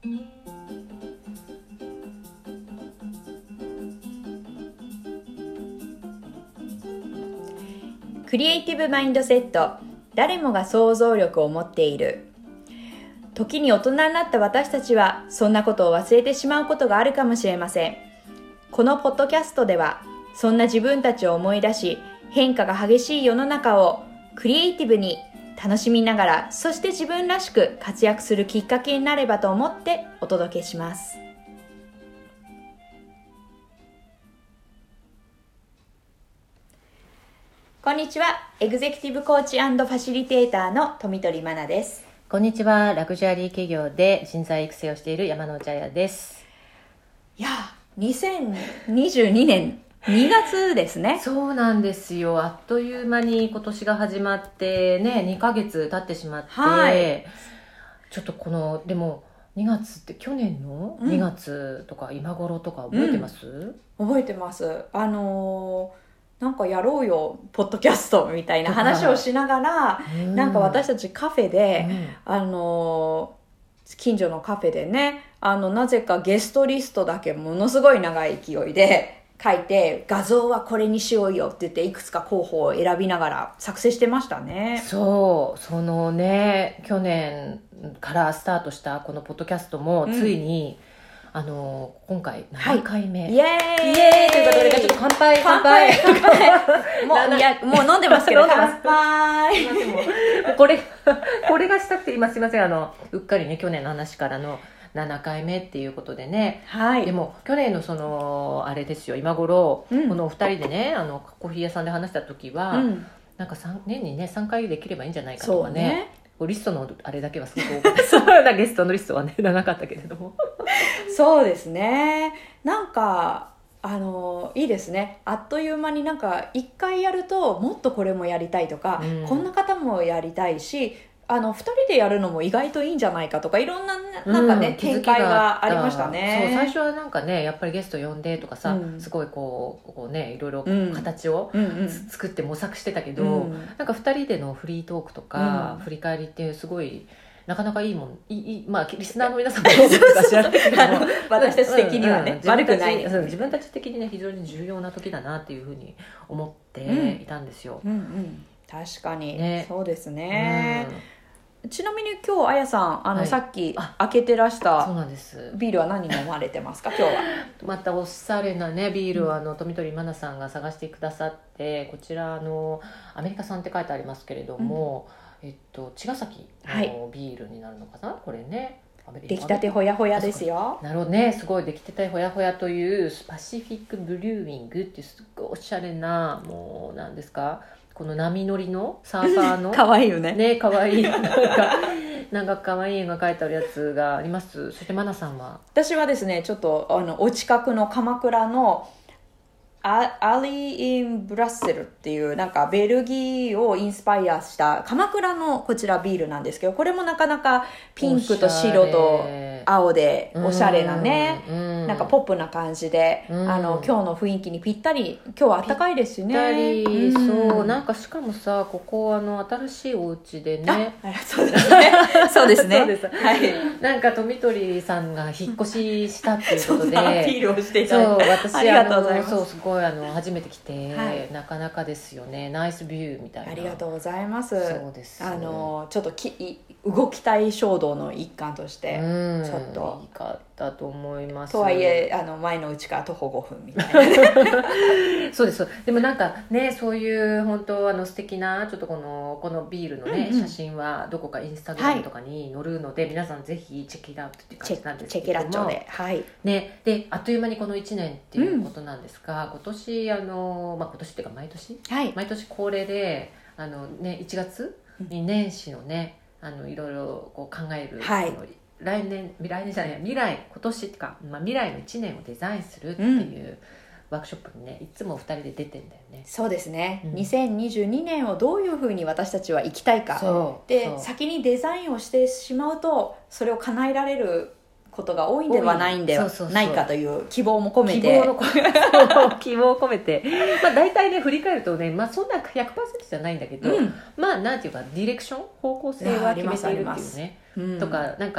クリエイティブマインドセット、誰もが想像力を持っている。時に大人になった私たちはそんなことを忘れてしまうことがあるかもしれません。このポッドキャストではそんな自分たちを思い出し、変化が激しい世の中をクリエイティブに楽しみながら、そして自分らしく活躍するきっかけになればと思ってお届けします。こんにちは。エグゼクティブコーチ&ファシリテーターの富取真奈です。 こんにちは。ラグジュアリー企業で人材育成をしている山之内彩です。 いや、2022年2月ですね。 そうなんですよ。あっという間に今年が始まってね、2ヶ月経ってしまって、はい、ちょっとでも2月って去年の2月とか今頃とか覚えてます？ 覚えてます。なんかやろうよポッドキャストみたいな話をしながら、なんか私たちカフェで、近所のカフェでね、なぜかゲストリストだけものすごい長い勢いで書いて、画像はこれにしようよって言っていくつか候補を選びながら作成してましたね。 そう、そのね、去年からスタートしたこのポッドキャストもついに、今回7回目、はい、 イエーイということで、ちょっと乾杯もう飲んでますけど乾杯これがしたくて今すいません、うっかりね、去年の話からの7回目っていうことでね、はい、でも去年のあれですよ、今頃、このお二人でね、コーヒー屋さんで話した時は、なんか年にね3回できればいいんじゃないかとかね、リストのあれだけはすごく多かったゲストのリストはね長かったけれどもそうですね、なんかいいですね。あっという間になんか1回やるともっとこれもやりたいとか、こんな方もやりたいし、2人でやるのも意外といいんじゃないかとか、いろんななんかね、展開がありましたね。 そう、最初はなんかね、やっぱりゲスト呼んでとかさ、すごいこうね、いろいろ形を作って模索してたけど、なんか2人でのフリートークとか、振り返りっていうすごいなかなかいいもん、まあリスナーの皆さんもどうですか知らないけども私たち的にはね、悪くない、 自分たち的にね、非常に重要な時だなっていうふうに思っていたんですよ。 確かに、ね、そうですね。ちなみに今日あやさん、さっき開けてらしたそうなんですビールは何飲まれてますか今日は。 またおしゃれなねビールを富取真奈さんが探してくださって、こちらアメリカ産って書いてありますけれども、茅ヶ崎のビールになるのかな、これね。 出来たてほやほやですよ。 なるほどね、すごい出来たてほやほやというパシフィックブリューイングっていうすごいおしゃれな、もう何ですか、この波乗りのサーファーのかわいいよね。 ね、かわいいなんかかわいい絵が描いてあるやつがあります。そしてマナさんは？ 私はですね、ちょっとお近くの鎌倉のアリー・イン・ブラッセルっていうなんかベルギーをインスパイアした鎌倉のこちらビールなんですけど、これもなかなかピンクと白と青でおしゃれなね、なんかポップな感じで、今日の雰囲気にぴったり。今日は暖かいですよね。 そう、なんかしかもさ、ここ新しいお家でね、 そうですねそうですねはい、なんか富取さんが引っ越ししたっていうことでアピールをしていただいて、 私ありがとうございます。 そう、すごい初めて来て、なかなかですよね。ナイスビューみたいな。 ありがとうございます。 そうです。 ちょっと動きたい衝動の一環として、ちょっといいかったと思います。 とはいえ前の家から徒歩5分みたいなそうです。でもなんかね、そういう本当素敵なちょっとこのビールのね、写真はどこかインスタグラムとかに載るので、皆さんぜひチェックイラウトっていう感じなんですけども、 チェケラッチョで、はいね、であっという間にこの1年っていうことなんですが、今年今年っていうか毎年恒例で1月に年始のね、いろいろこう考える、来年じゃない未来、今年っていうか、未来の1年をデザインするっていうワークショップにね、いつも2人で出てんだよね。 そうですね、2022年をどういうふうに私たちは生きたいかで、先にデザインをしてしまうとそれを叶えられることが多いんではないんではないかという希望も込めて、 希望を込めて大体ね振り返るとね、そんな 100% じゃないんだけど、なんていうかディレクション、方向性は決めているっていうね、とかなんか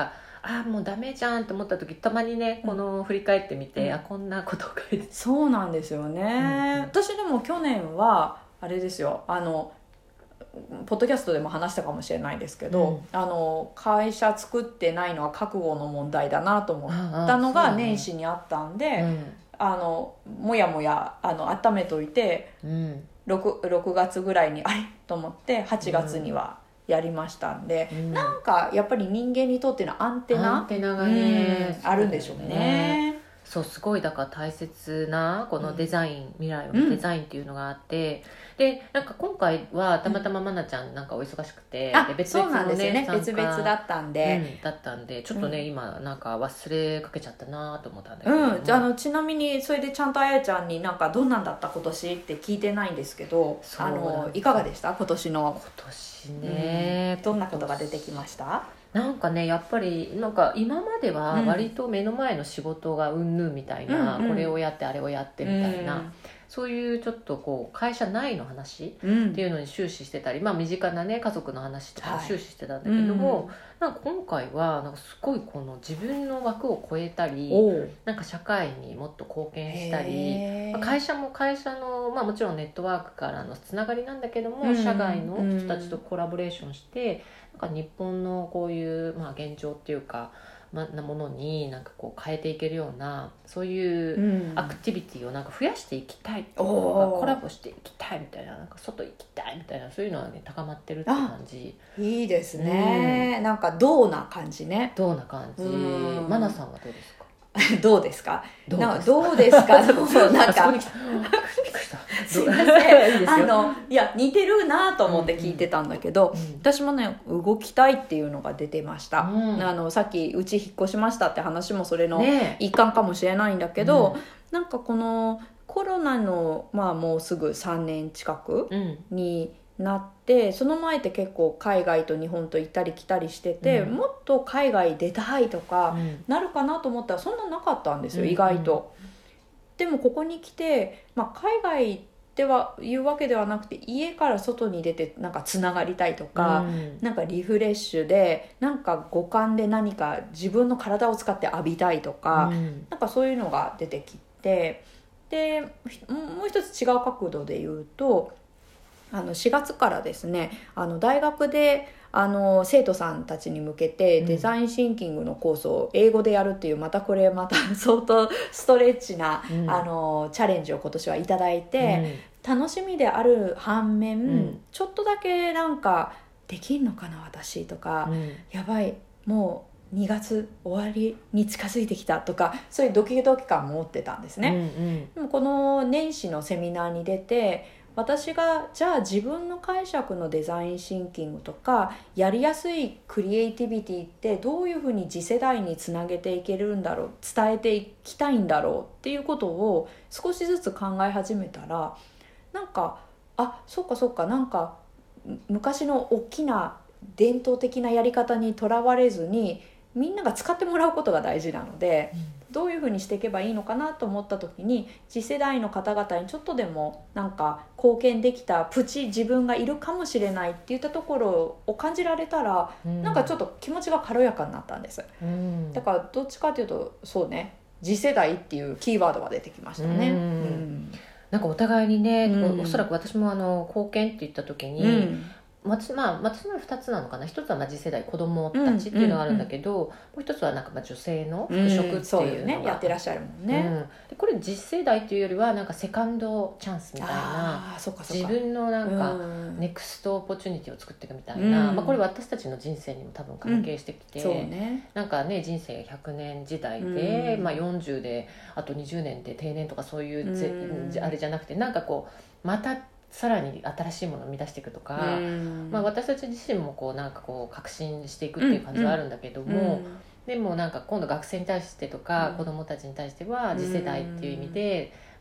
もうダメじゃんと思った時たまにねこの振り返ってみて、こんなことを書いてそうなんですよね、私でも去年はあれですよ、ポッドキャストでも話したかもしれないですけど、会社作ってないのは覚悟の問題だなと思ったのが年始にあったんで、もやもや温めといて、6月ぐらいにあれと思って8月にはやりましたんで、なんかやっぱり人間にとってのアンテナがね、 あるんでしょうね。 そうすごいだから大切なこのデザイン、未来のデザインっていうのがあって、でなんか今回はたまたま愛菜ちゃんなんかお忙しくて、で別々のね別々だったんで、 ちょっとね、今なんか忘れかけちゃったなと思ったんだけど、 ちなみにそれでちゃんとあやちゃんになんかどんなんだった今年って聞いてないんですけど、いかがでした今年ね、どんなことが出てきました？ なんかねやっぱりなんか今までは割と目の前の仕事がうんぬんみたいな、これをやってあれをやってみたいな、そういうちょっとこう会社内の話っていうのに終始してたり、身近なね家族の話とかも終始してたんだけども、なんか今回はなんかすごいこの自分の枠を超えたり、なんか社会にもっと貢献したり、会社も会社の、もちろんネットワークからのつながりなんだけども、社外の人たちとコラボレーションしてなんか日本のこういう、現状っていうかなものになんかこう変えていけるようなそういうアクティビティをなんか増やしていきたいっていうか、コラボしていきたいみたいな、なんか外行きたいみたいな、そういうのはね高まってるって感じ。 いいですね、なんかどうな感じね。 どうな感じ。マナさんはどうですか？ どうですか？どうですか？そうなんかすいません、いや似てるなと思って聞いてたんだけど、私もね動きたいっていうのが出てました、さっきうち引っ越しましたって話もそれの一環かもしれないんだけど、なんかこのコロナのもうすぐ3年近くになって、その前って結構海外と日本と行ったり来たりしてて、もっと海外出たいとかなるかなと思ったらそんななかったんですよ、意外と。でもここに来て、海外ではいうわけではなくて、家から外に出てなんかつながりたいとか、なんかリフレッシュでなんか五感で何か自分の体を使って浴びたいとか、なんかそういうのが出てきて、でもう一つ違う角度で言うと、4月からですね、大学で生徒さんたちに向けてデザインシンキングのコースを英語でやるっていう、また相当ストレッチな、チャレンジを今年はいただいて、楽しみである反面、ちょっとだけなんかできんのかな私とか、やばいもう2月終わりに近づいてきたとか、そういうドキドキ感も持ってたんですね、でもこの年始のセミナーに出て、私がじゃあ自分の解釈のデザインシンキングとかやりやすいクリエイティビティってどういうふうに次世代につなげていけるんだろう、伝えていきたいんだろうっていうことを少しずつ考え始めたら、なんかそうかなんか昔の大きな伝統的なやり方にとらわれずに、みんなが使ってもらうことが大事なので、どういうふうにしていけばいいのかなと思った時に、次世代の方々にちょっとでもなんか貢献できた自分がいるかもしれないっていったところを感じられたら、なんかちょっと気持ちが軽やかになったんです、だからどっちかというとそうね、次世代っていうキーワードが出てきましたね。 なんかお互いにね、おそらく私も貢献って言った時に、私の2つなのかな。一つは次世代子供たちっていうのがあるんだけど、もう一つはなんか女性の服飾っていうのが、 やってらっしゃるもんね、 でこれ次世代っていうよりはなんかセカンドチャンスみたいな、自分のなんかネクストオポチュニティを作っていくみたいな、これ私たちの人生にも多分関係してきて、なんかね人生100年時代で、40であと20年で定年とかそういうあれじゃなくて、なんかこうまたさらに新しいものを生み出していくとか、私たち自身もこうなんかこう革新していくっていう感じはあるんだけども、でもなんか今度学生に対してとか子どもたちに対しては次世代っていう意味で、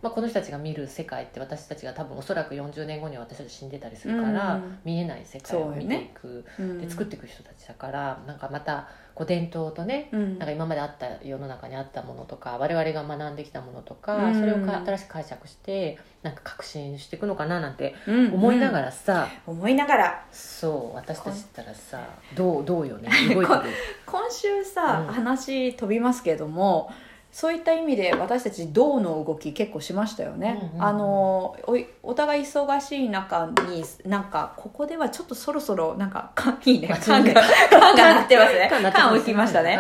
この人たちが見る世界って私たちが多分おそらく40年後には私たち死んでたりするから、見えない世界を見ていく、で作っていく人たちだから、なんかまたこう伝統とね、なんか今まであった世の中にあったものとか我々が学んできたものとか、それを新しく解釈してなんか革新していくのかななんて思いながらさ、 思いながら、 そう私たちったらさどうよね、動いてる今週さ、話飛びますけども、そういった意味で私たち銅の動き結構しましたよね。お互い忙しい中になんかここではちょっとそろそろなんかいいね、缶が鳴ってますね。缶置きましたね。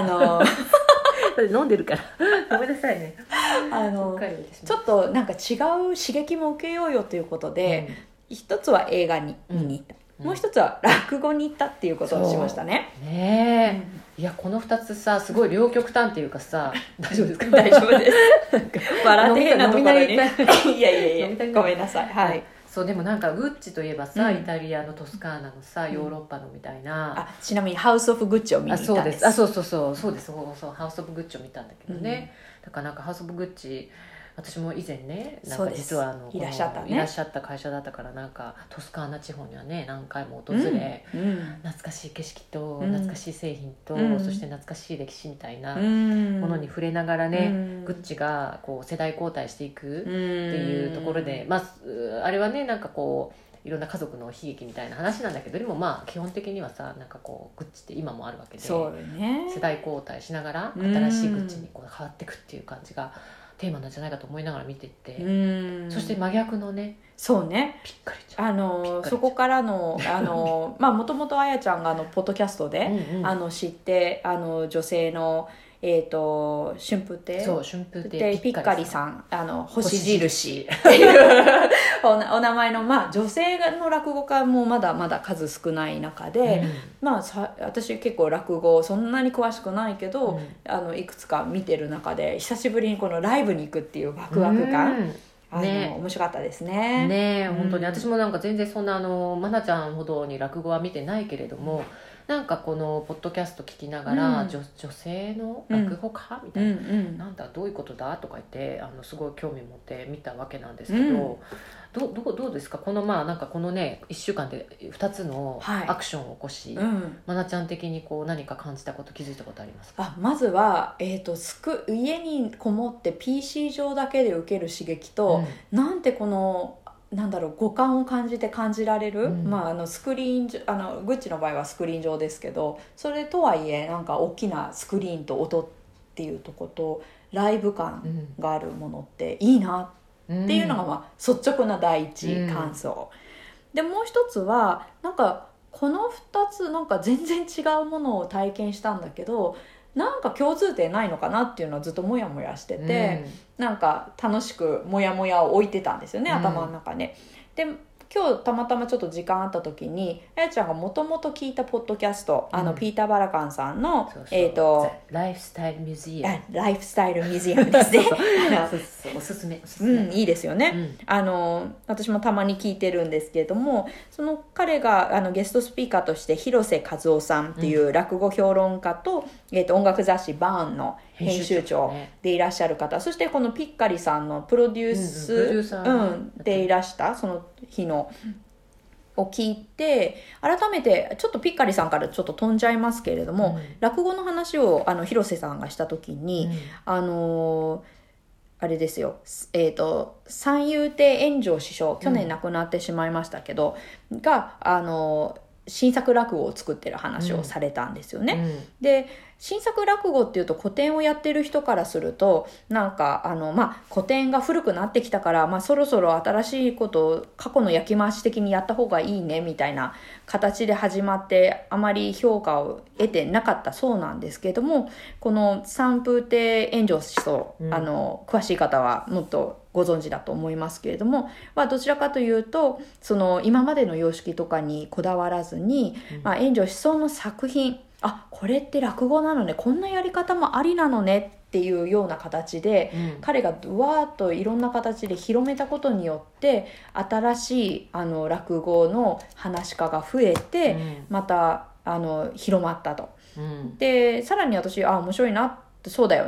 飲んでるからごめんなさいね。 ちょっとなんか違う刺激も受けようよということで、一つは映画に見に行った、もう一つは落語に行ったっていうことをしましたね。 ねえ、いやこの2つさすごい両極端っていうかさ、大丈夫ですか？ 大丈夫です笑って変なところにいやごめんなさい。はい。 そうでもなんかグッチといえばさ、イタリアのトスカーナのさ、ヨーロッパのみたいな、 ちなみにハウス・オブ・グッチを見に行ったんです。 そうですハウス・オブ・グッチを見たんだけどね、だからなんかハウス・オブ・グッチ私も以前ね、なんか実はいらっしゃった会社だったから、なんかトスカーナ地方にはね何回も訪れ、懐かしい景色と懐かしい製品と、そして懐かしい歴史みたいなものに触れながらね、グッチがこう世代交代していくっていうところで、あれはねなんかこういろんな家族の悲劇みたいな話なんだけど、でも基本的にはさ、なんかこうグッチって今もあるわけで、世代交代しながら新しいグッチにこう変わっていくっていう感じがテーマなんじゃないかと思いながら見ていて、そして真逆のね、 そうね、 ぴっかりちゃうそこからのもともとあやちゃんがポッドキャストで、知って女性の春風亭ピッカリさん、星印っていうお名前の、女性の落語家もまだまだ数少ない中で、私結構落語そんなに詳しくないけど、いくつか見てる中で久しぶりにこのライブに行くっていうワクワク感、面白かったですね。 本当に私もなんか全然そんなまなちゃんほどに落語は見てないけれども、なんかこのポッドキャスト聞きながら、女性の落語家みたいな、なんだどういうことだとか言ってすごい興味持って見たわけなんですけど、どうですかこのなんかこのね1週間で2つのアクションを起こし、まなちゃん的にこう何か感じたこと、気づいたことありますか？ まずは、家にこもって PC 上だけで受ける刺激と、なんてこの五感を感じられる、スクリーングッチの場合はスクリーン上ですけど、それとはいえなんか大きなスクリーンと音っていうとことライブ感があるものっていいなっていうのが率直な第一感想、でもう一つはなんかこの2つなんか全然違うものを体験したんだけど、なんか共通点ないのかなっていうのはずっとモヤモヤしてて、なんか楽しくモヤモヤを置いてたんですよね、頭の中で。で今日たまたまちょっと時間あった時にあやちゃんがもともと聞いたポッドキャスト、ピーター・バラカンさんのライフスタイルミュージアム、 ライフスタイルミュージアムですねおすすめ、 いいですよね、私もたまに聞いてるんですけれども、その彼がゲストスピーカーとして広瀬和夫さんっていう落語評論家と、音楽雑誌バーンの編集長でいらっしゃる方、そしてこのピッカリさんのプロデュース、でいらしたその日のを聞いて、改めてちょっとピッカリさんからちょっと飛んじゃいますけれども、落語の話を広瀬さんがした時に、あれですよ、三遊亭圓城師匠、去年亡くなってしまいましたけど、が新作落語を作ってる話をされたんですよね、で新作落語っていうと古典をやってる人からするとなんか古典が古くなってきたから、そろそろ新しいことを過去の焼き回し的にやった方がいいねみたいな形で始まってあまり評価を得てなかったそうなんですけども、この三風亭圓城師匠、詳しい方はもっとご存知だと思いますけれども、どちらかというとその今までの様式とかにこだわらずに、圓城思想の作品、これって落語なのね、こんなやり方もありなのねっていうような形で、彼がわーっといろんな形で広めたことによって新しい落語の話家が増えて、また広まったと、でさらに私面白いな、そうだよね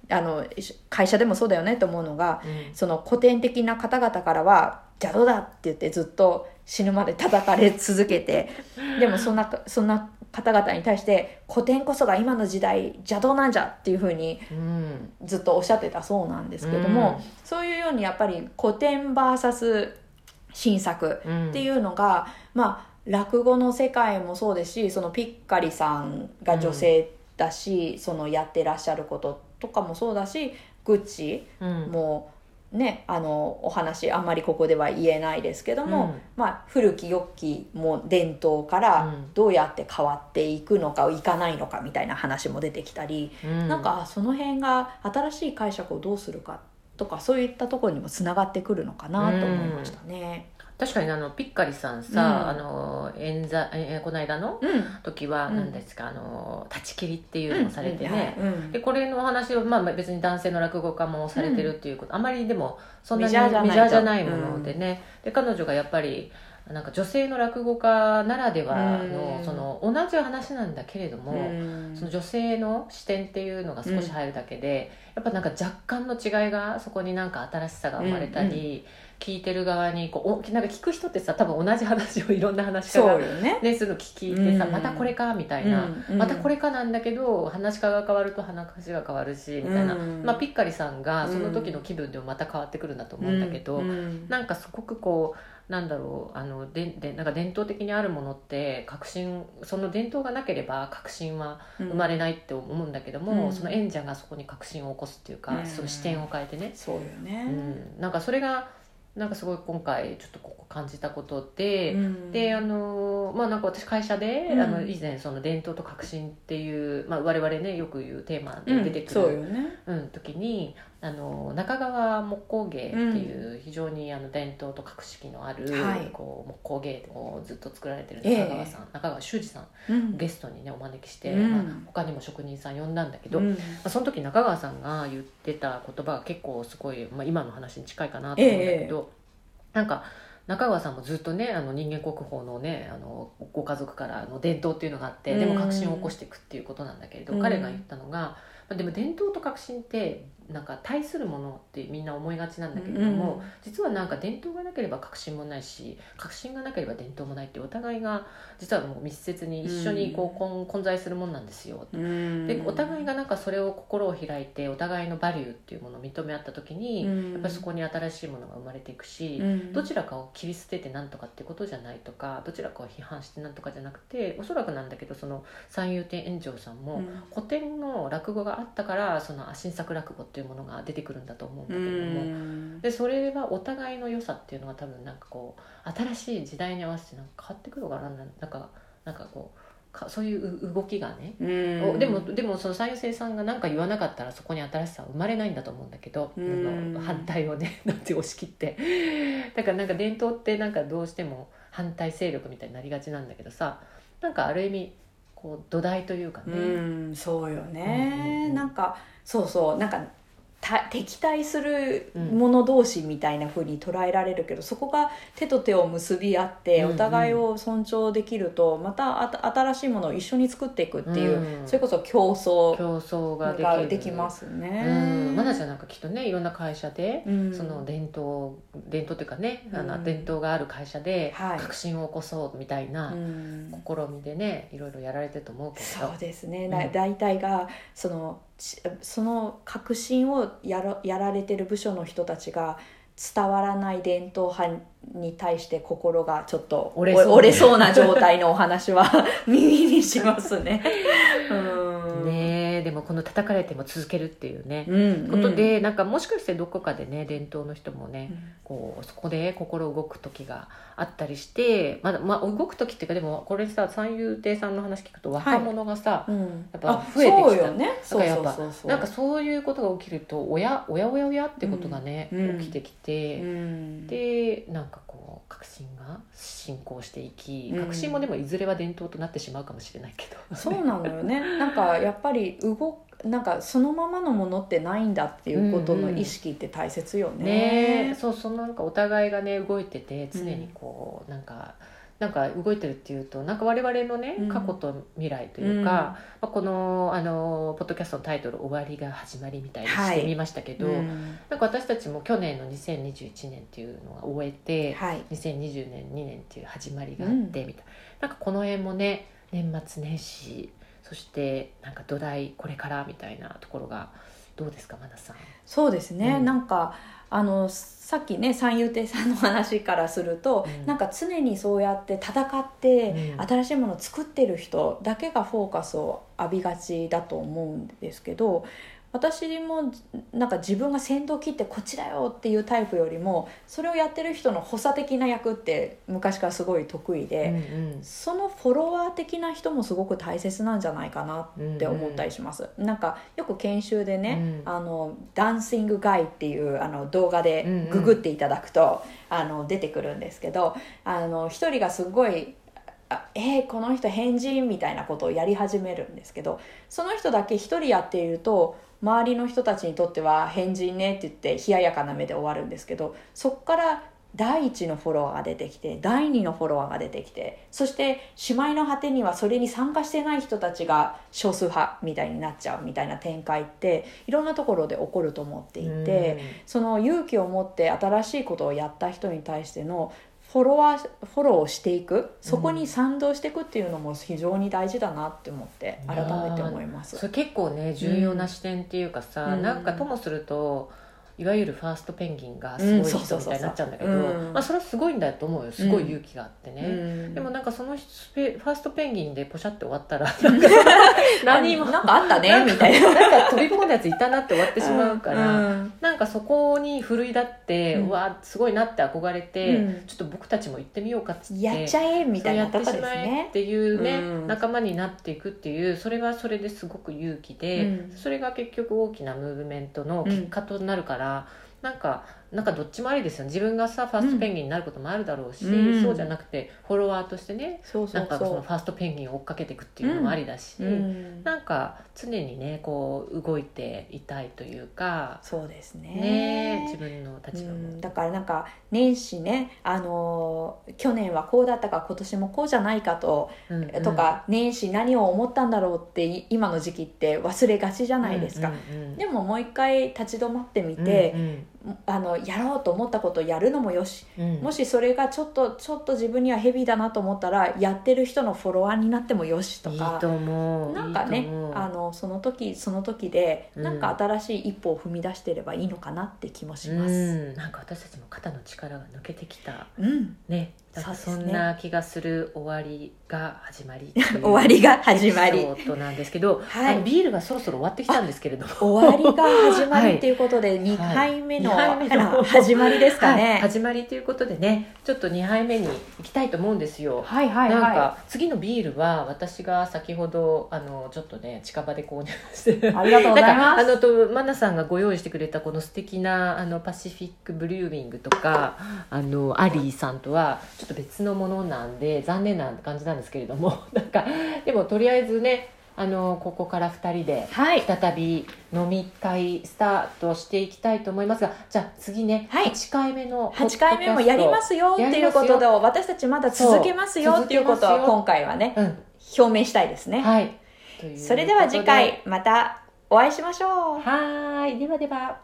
会社でもそうだよねと思うのが、 うん、 その古典的な方々からは邪道だって言ってずっと死ぬまで叩かれ続けて、でもそんな方々に対して古典こそが今の時代邪道なんじゃっていう風にずっとおっしゃってたそうなんですけども、そういうようにやっぱり古典 VS 新作っていうのが、まあ落語の世界もそうですし、そのピッカリさんが女性だし、そのやってらっしゃることとかもそうだし、グッチもね、お話あんまりここでは言えないですけども、まあ、古き良きも伝統からどうやって変わっていくのかいかないのかみたいな話も出てきたり、なんかその辺が新しい解釈をどうするかとか、そういったところにもつながってくるのかなと思いましたね。 確かにピッカリさんさ、この間の時は何ですか、立ち切りっていうのをされてね、でこれのお話を、まあ、別に男性の落語家もされてるっていうこと、あまりでもそんなにメジャーじゃないものでね、で彼女がやっぱりなんか女性の落語家ならではの、その同じ話なんだけれども、その女性の視点っていうのが少し入るだけで、やっぱなんか若干の違いがそこになんか新しさが生まれたり、聞いてる側になんか聞く人ってさ、多分同じ話をいろんな話からねするの聞いてさ、またこれかみたいな、またこれかなんだけど話し家が変わると話が変わるしみたいな、まあ、ピッカリさんがその時の気分でもまた変わってくるんだと思うんだけど、なんかすごくこうなんだろう、なんか伝統的にあるものってその伝統がなければ革新は生まれないって思うんだけども、その演者がそこに革新を起こすっていうか、その視点を変えてね、 そうよね、 なんかそれがなんかすごい今回ちょっとここ感じたことで、でまあなんか私会社で、以前その伝統と革新っていう、まあ、我々ねよく言うテーマで出てくる、時に中川木工芸っていう非常に伝統と格式のある、こう木工芸をずっと作られてる中川修二さん、ゲストにねお招きして、まあ、他にも職人さん呼んだんだけど、まあ、その時中川さんが言ってた言葉が結構すごい、まあ、今の話に近いかなと思うんだけど、なんか中川さんもずっとね人間国宝のねご家族からの伝統っていうのがあって、でも革新を起こしていくっていうことなんだけれど、彼が言ったのが、でも伝統と革新ってなんか対するものってみんな思いがちなんだけれども、実はなんか伝統がなければ革新もないし、革新がなければ伝統もないって、お互いが実はもう密接に一緒にこう混在するもんなんですよ。でお互いがなんかそれを心を開いてお互いのバリューっていうものを認め合った時に、やっぱりそこに新しいものが生まれていくし、どちらかを切り捨ててなんとかってことじゃないとか、どちらかを批判してなんとかじゃなくて、おそらくなんだけどその三遊亭圓生さんも古典の落語があったからその新作落語っていうものが出てくるんだと思うんだけれども、でそれはお互いの良さっていうのは多分なんかこう新しい時代に合わせてなんか変わってくるのかな、なんかこうそういう動きがね、でもその三遊亭さんが何か言わなかったらそこに新しさは生まれないんだと思うんだけど、反対をねなんて押し切って、だからなんか伝統ってなんかどうしても反対勢力みたいになりがちなんだけどさ、なんかある意味こう土台というかね、 そうよね、なんかそうなんか敵対する者同士みたいな風に捉えられるけど、そこが手と手を結び合ってお互いを尊重できると、また新しいものを一緒に作っていくっていう、それこそ競争ができますね。 まなちゃんなんかきっとねいろんな会社で、その伝統というかね、伝統がある会社で革新を起こそうみたいな試みでねいろいろやられてると思うけど、 そうですね、大体がその革新をやられてる部署の人たちが伝わらない伝統派に対して心がちょっと折れそうな状態のお話は耳にしますね。 でもこの叩かれても続けるっていうね、ことでなんかもしかしてどこかでね伝統の人もね、こうそこで心動く時があったりして、まあ、動く時っていうか、でもこれさ三遊亭さんの話聞くと若者がさ、やっぱ増えてきた、なんかそういうことが起きるとおやってことがね、起きてきて、でなんかこう革新が進行していき、革新もでもいずれは伝統となってしまうかもしれないけど、 そうなのよね。なんかやっぱりなんかそのままのものってないんだっていうことの意識って大切よね。 そうなんかお互いがね動いてて常にこうなんかなんか動いてるっていうと、なんか我々のね、過去と未来というか、このポッドキャストのタイトル終わりが始まりみたいにしてみましたけど、なんか私たちも去年の2021年っていうのが終えて、2020年2年っていう始まりがあってみたいな、なんかこの辺もね、年末年始、そしてなんか土台これからみたいなところがどうですか、マナさん。 そうですね、なんかさっきね三遊亭さんの話からすると、なんか常にそうやって戦って、新しいものを作ってる人だけがフォーカスを浴びがちだと思うんですけど、私もなんか自分が先頭切ってこっちだよっていうタイプよりも、それをやってる人の補佐的な役って昔からすごい得意で、そのフォロワー的な人もすごく大切なんじゃないかなって思ったりします。なんかよく研修でね、ダンシングガイっていう動画でググっていただくと、出てくるんですけど、一人がすごいこの人変人みたいなことをやり始めるんですけど、その人だけ一人やっていると周りの人たちにとっては変人ねって言って冷ややかな目で終わるんですけど、そこから第1のフォロワーが出てきて、第2のフォロワーが出てきて、そしてしまいの果てにはそれに参加してない人たちが少数派みたいになっちゃうみたいな展開っていろんなところで起こると思っていて、その勇気を持って新しいことをやった人に対してのフォローをしていく、そこに賛同していくっていうのも非常に大事だなって思って改めて思います。 それ結構ね重要な視点っていうかさ、なんかともするといわゆるファーストペンギンがすごい人みたいになっちゃうんだけど、それはすごいんだと思うよ。すごい勇気があってね、でもなんかそのファーストペンギンでポシャって終わったら何もなんかあったねみたいななんか飛び込んだやついたなって終わってしまうから、なんかそこに奮い立って、うわすごいなって憧れて、ちょっと僕たちも行ってみようかっつってやっちゃえみたいなとこですね。 やってしまえっていうね、仲間になっていくっていう、それはそれですごく勇気で、それが結局大きなムーブメントの結果となるから、なんかどっちもありですよ。自分がさファーストペンギンになることもあるだろうし、そうじゃなくてフォロワーとしてね、なんかそのファーストペンギンを追っかけていくっていうのもありだし、なんか常にねこう動いていたいというか。 そうですね、 自分の立場も、 だからなんか年始ね、去年はこうだったか今年もこうじゃないかと、とか年始何を思ったんだろうって今の時期って忘れがちじゃないですか、でももう一回立ち止まってみて、やろうと思ったことをやるのもよし、もしそれがちょっと自分にはヘビーだなと思ったらやってる人のフォロワーになってもよしとか、 いいと思う。 なんかね、その時その時でなんか新しい一歩を踏み出してればいいのかなって気もします、 なんか私たちも肩の力が抜けてきた、 ね、 そんな気がする終わりが始まり終わりが始まりそうなんですけど、ビールがそろそろ終わってきたんですけれども、 終わりが始まりということで、2杯目の始まりですかね、 始まりということでね、ちょっと2杯目に行きたいと思うんですよ。なんか次のビールは私が先ほどちょっとね近場で購入してありがとうございます。 マナさんがご用意してくれたこの素敵なパシフィックブリューイングとかアリーさんとはちょっと別のものなんで残念な感じなんですけれども、なんかでもとりあえずねここから2人で再び飲み会スタートしていきたいと思いますが、じゃあ次ね、8回目の 8回目もやりますよっていうことで、私たちまだ続けますよっていうことを今回はね、表明したいですね。それでは次回またお会いしましょう。 ではでは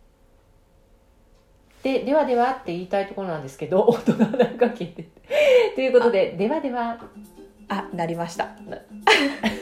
ではではって言いたいところなんですけど、音がなんか消えてということで、ではではなりました